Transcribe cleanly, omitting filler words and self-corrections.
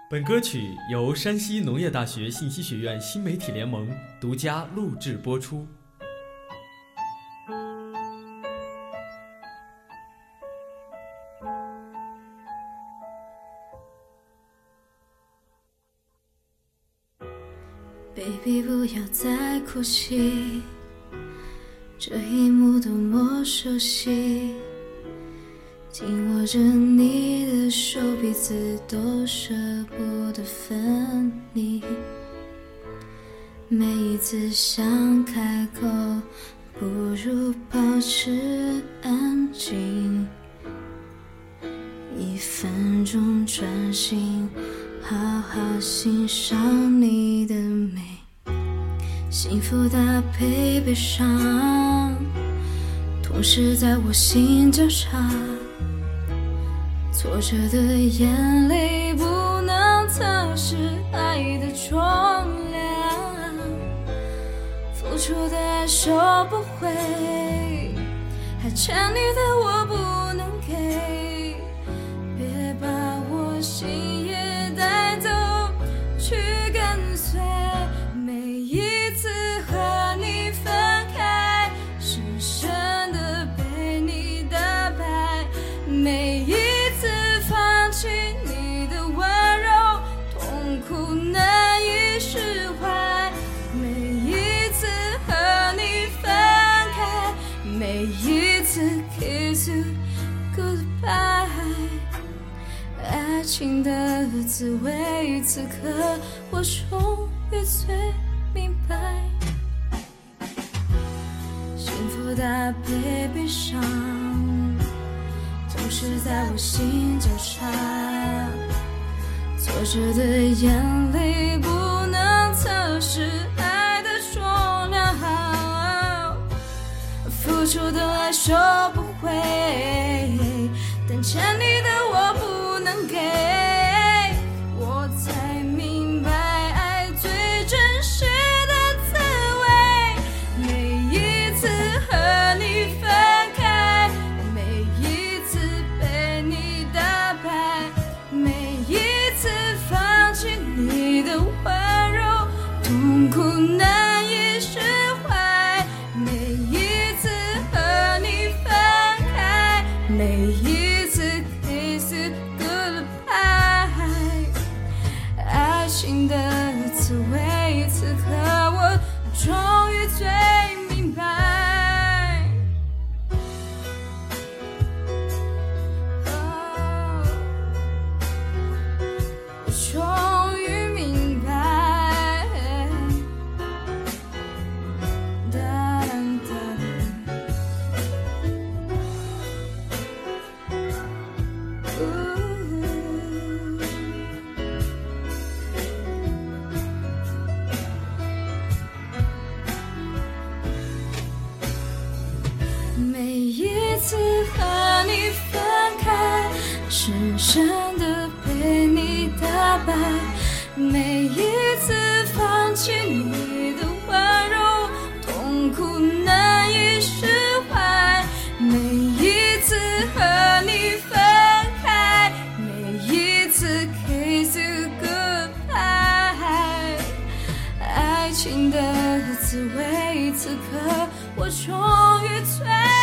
本歌曲由山西农业大学信息学院新媒体联盟独家录制播出。 Baby， 不要再哭泣，这一幕多么熟悉，紧握着你的手，彼此都舍不得分离。每一次想开口，不如保持安静。1分钟专心，好好欣赏你的美，幸福搭配悲伤，同时在我心交叉。挫折的眼泪不能测试爱的重量，付出的爱收不回，还欠你的我不能给，别把我心也带走，去跟随。每一次和你分开，深深的被你打败，每一次放弃你的温柔，痛苦难以释怀。每一次和你分开，每一次 kiss you goodbye， 爱情的滋味，此刻我终于最明白，幸福搭配悲伤，总是在我心交叉。挫折的眼泪不能测试爱的重量，付出的爱收不回，但欠你的我不能给，我才明白爱最真实的滋味。每一次和你分开，每一次被你打败，每一次放弃你的温柔，痛苦难以释怀。每一次和你分开，每一次 kiss you goodbye， 爱情的滋味，此刻我终于最明白。我终于明白。哒哒哒每一次和你分开，深深的被你打败，每一次放弃你的温柔，痛苦难以释怀。每一次和你分开，每一次 kiss you goodbye， 爱情的滋味，此刻我终于最